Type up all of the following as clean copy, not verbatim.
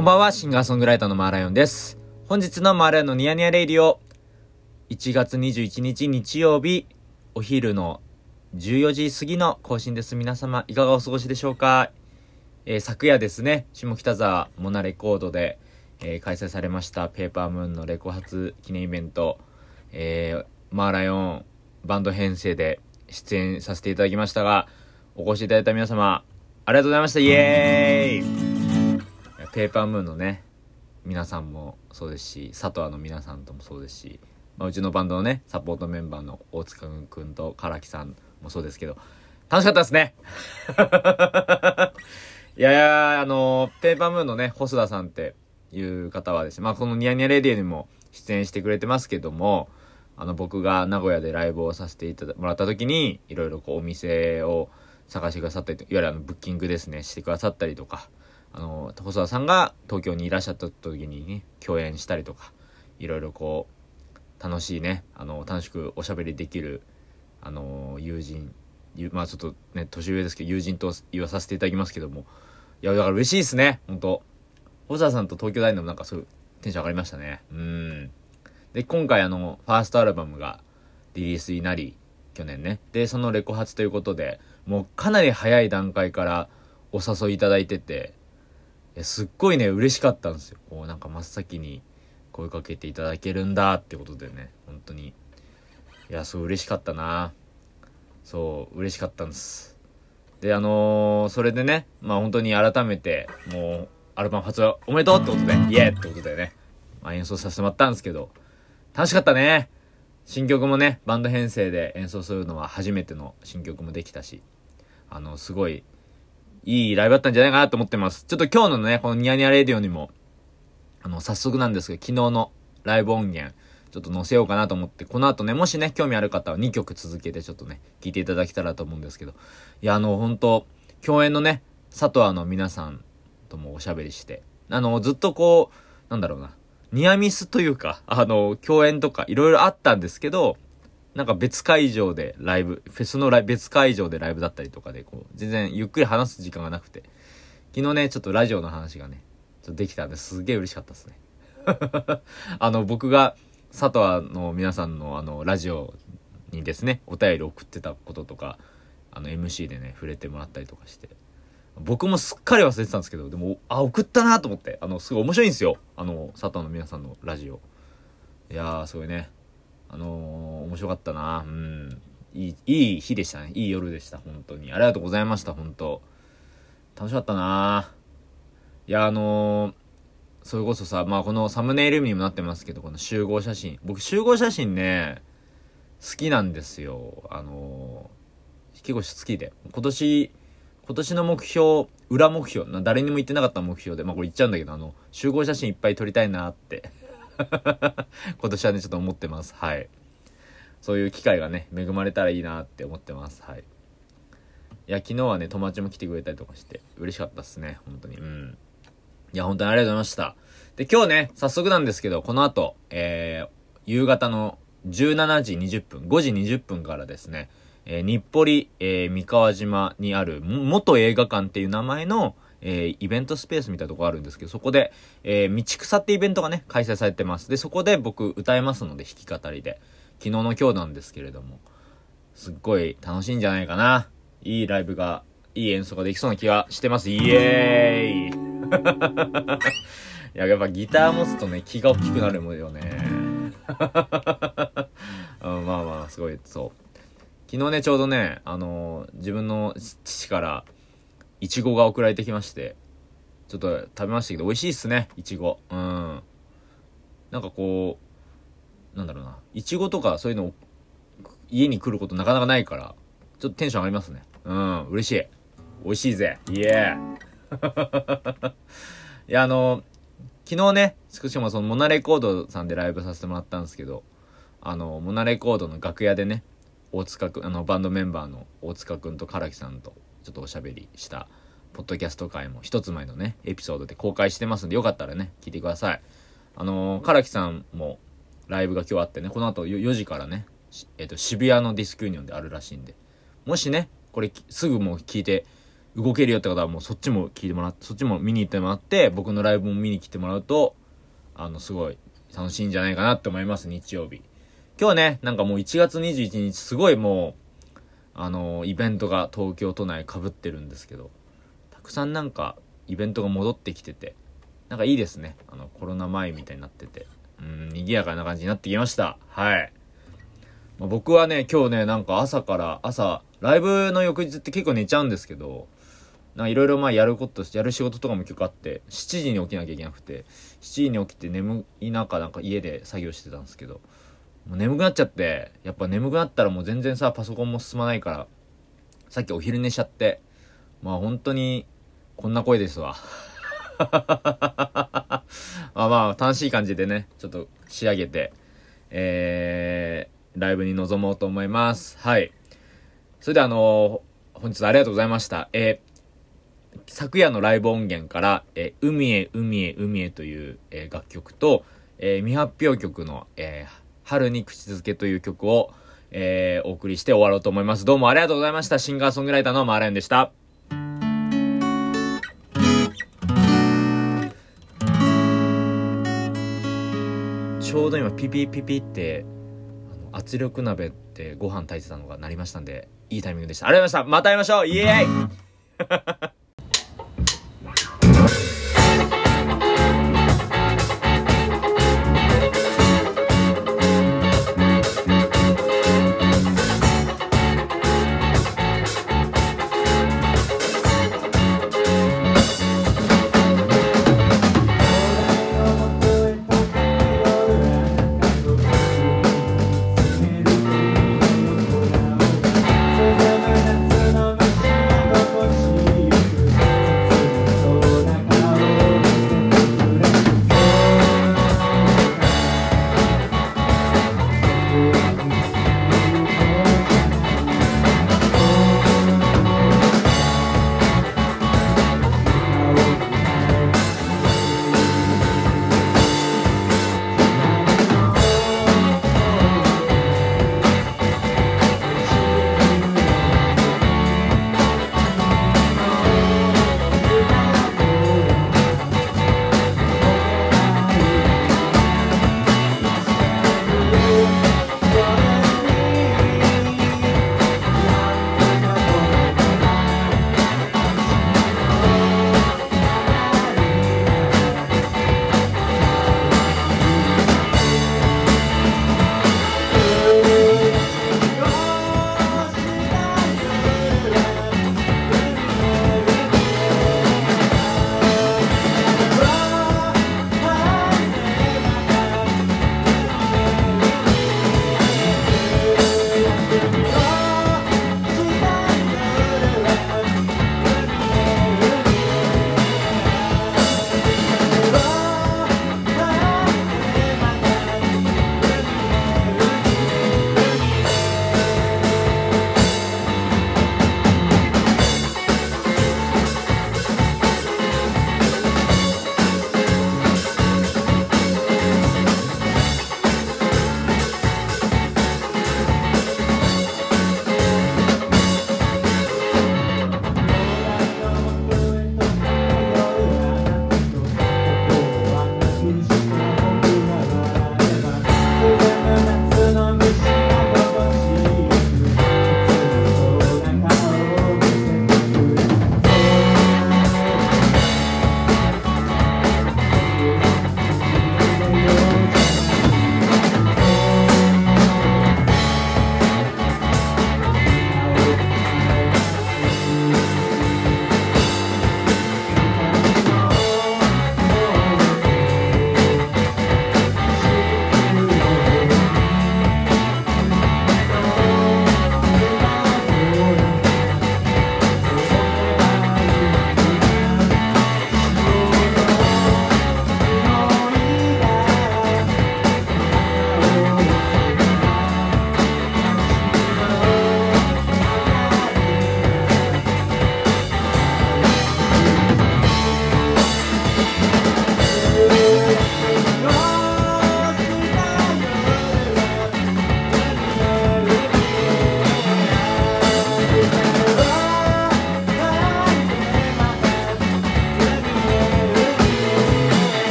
こんばんは、シンガーソングライターのマーライオンです。本日のマーライオンのニヤニヤレイディオ、1月21日日曜日、お昼の14時過ぎの更新です。皆様、いかがお過ごしでしょうか。昨夜ですね、下北沢モナレコードで、開催されましたペーパームーンのレコ発記念イベント、マーライオンバンド編成で出演させていただきましたが、お越しいただいた皆様、ありがとうございました。イエーイ。ペーパームーンのね皆さんもそうですし、佐藤の皆さんともそうですし、うちのバンドのねサポートメンバーの大塚くんと唐木さんもそうですけど、楽しかったですねいやペーパームーンのね細田さんっていう方はですね、このニヤニヤレディオにも出演してくれてますけども、僕が名古屋でライブをさせてもらった時にいろいろお店を探してくださったり、いわゆるブッキングですねしてくださったりとか、細田さんが東京にいらっしゃった時にね共演したりとか、いろいろ楽しいね楽しくおしゃべりできる友人、ちょっとね年上ですけど友人と言わさせていただきますけども、いやだから嬉しいですね。本当細田さんと東京大のなんかそういうテンション上がりましたね。で今回ファーストアルバムがリリースになり、去年ね、でそのレコ発ということで、もうかなり早い段階からお誘いいただいてて、すっごいね嬉しかったんですよ。なんか真っ先に声かけていただけるんだってことでね、本当にいやそう嬉しかったな。そう嬉しかったんです。でそれでね、本当に改めてもうアルバム発売おめでとうってことでイエーってことでね、演奏させてもらったんですけど、楽しかったね。新曲もねバンド編成で演奏するのは初めての新曲もできたし、すごいいいライブだったんじゃないかなと思ってます。ちょっと今日のねこのニヤニヤレディオにも早速なんですけど、昨日のライブ音源ちょっと載せようかなと思って、この後ねもしね興味ある方は2曲続けてちょっとね聴いていただけたらと思うんですけど、いや本当共演のね佐藤の皆さんともおしゃべりして、ずっとなんだろうな、ニアミスというか共演とかいろいろあったんですけど、なんか別会場でライブ、フェスの別会場でライブだったりとかで全然ゆっくり話す時間がなくて、昨日ねちょっとラジオの話がねちょっとできたんですげえ嬉しかったですね僕が佐藤の皆さんのラジオにですねお便り送ってたこととかMC でね触れてもらったりとかして、僕もすっかり忘れてたんですけど、でも送ったなと思って、すごい面白いんですよ佐藤の皆さんのラジオ。いやーすごいね面白かったな。いい日でしたね。いい夜でした。本当にありがとうございました。本当楽しかったな。いやそれこそさ、このサムネイルにもなってますけど、この集合写真、僕集合写真ね好きなんですよ。結構好きで、今年の目標、裏目標、誰にも言ってなかった目標で、これ言っちゃうんだけど、集合写真いっぱい撮りたいなって今年はねちょっと思ってます。はい、そういう機会がね恵まれたらいいなって思ってます。はい、いや昨日はね友達も来てくれたりとかして嬉しかったっすね。本当にいや本当にありがとうございました。で今日ね早速なんですけど、この後夕方の17時20分5時20分からですね、日暮里、三河島にある元映画館っていう名前のイベントスペースみたいなとこあるんですけど、そこで、道草ってイベントがね開催されてます。でそこで僕歌えますので、弾き語りで昨日の今日なんですけれども、すっごい楽しいんじゃないかな。いいライブが、いい演奏ができそうな気がしてます。イエーイいややっぱギター持つとね気が大きくなるもんよねすごい。そう昨日ねちょうどね自分の父からいちごが送られてきまして、ちょっと食べましたけど美味しいっすね、いちご。なんかなんだろうな、いちごとかそういうの家に来ることなかなかないから、ちょっとテンション上がりますね。嬉しい。美味しいぜ。イエーいや昨日ねしかもそのモナレコードさんでライブさせてもらったんですけど、モナレコードの楽屋でね大塚くん、バンドメンバーの大塚くんと唐木さんとちょっとおしゃべりしたポッドキャスト会も一つ前のねエピソードで公開してますんで、よかったらね聞いてください。唐木さんもライブが今日あってね、この後4時からね、渋谷のディスクユニオンであるらしいんで、もしねこれすぐもう聞いて動けるよって方はもうそっちも聞いてもらって、そっちも見に行ってもらって、僕のライブも見に来てもらうと、すごい楽しいんじゃないかなって思います、日曜日。今日ね、なんかもう1月21日、すごいもう、イベントが東京都内被ってるんですけど、たくさんなんか、イベントが戻ってきてて、なんかいいですね。コロナ前みたいになってて、賑やかな感じになってきました。はい。僕はね、今日ね、なんか朝、ライブの翌日って結構寝ちゃうんですけど、なんかいろいろやる仕事とかも結構あって、7時に起きなきゃいけなくて、7時に起きて眠い中なんか家で作業してたんですけど、もう眠くなっちゃって、やっぱ眠くなったらもう全然さ、パソコンも進まないから、さっきお昼寝しちゃって、本当に、こんな声ですわ。楽しい感じでね、ちょっと仕上げて、ライブに臨もうと思います。はい。それで本日ありがとうございました。昨夜のライブ音源から、海へ海へ海へという、楽曲と、未発表曲の、春に口づけという曲を、お送りして終わろうと思います。どうもありがとうございました。シンガーソングライターのマーライオンでした。ちょうど今ピピピピって圧力鍋ってご飯炊いてたのが鳴りましたんで、いいタイミングでした。ありがとうございました。また会いましょう。イエーイ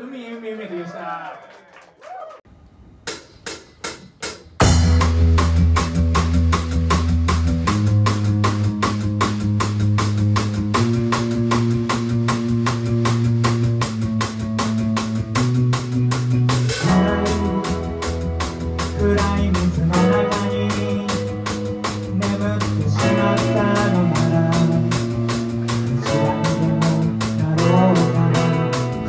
海でした。 暗い水の中に眠ってしまったのならどちらにでもなろうかな。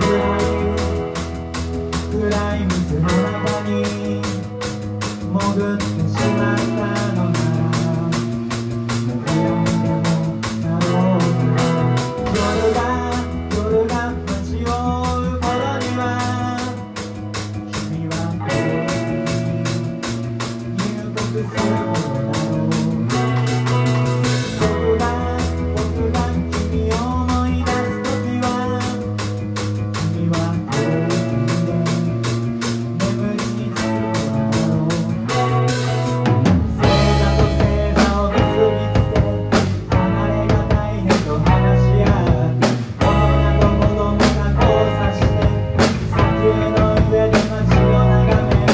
暗い水の中に潜ってしまったのならどちらにでもなろうかな。夜が街を追う頃には君は僕が君を思い出すときは君は遠くで眠りにつくだろう。星座と星座を結びつけ離れがたいねと話し合う。大人と子供が交差して砂丘の上で街を眺め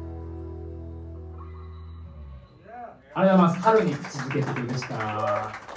ありがとうございます。春に口づけてでした。